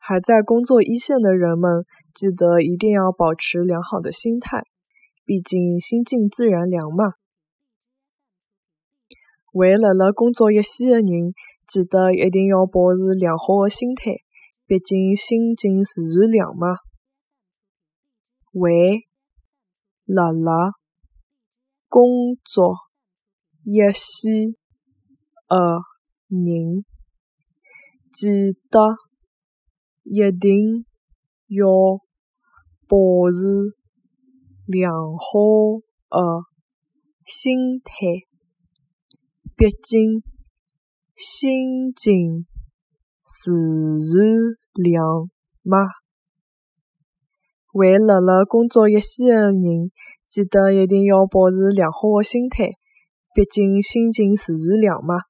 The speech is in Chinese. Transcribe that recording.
还在工作一线的人们，记得一定要保持良好的心态，毕竟心静自然凉嘛。为辣辣工作一线的人，记得一定要保持良好的心态，毕竟心静自然凉嘛。为辣辣工作一线的人，记得一定要保持良好的心态，毕竟心静自然凉嘛。为辣辣工作一线的人，记得一定要保持良好的心态，毕竟心静自然凉嘛。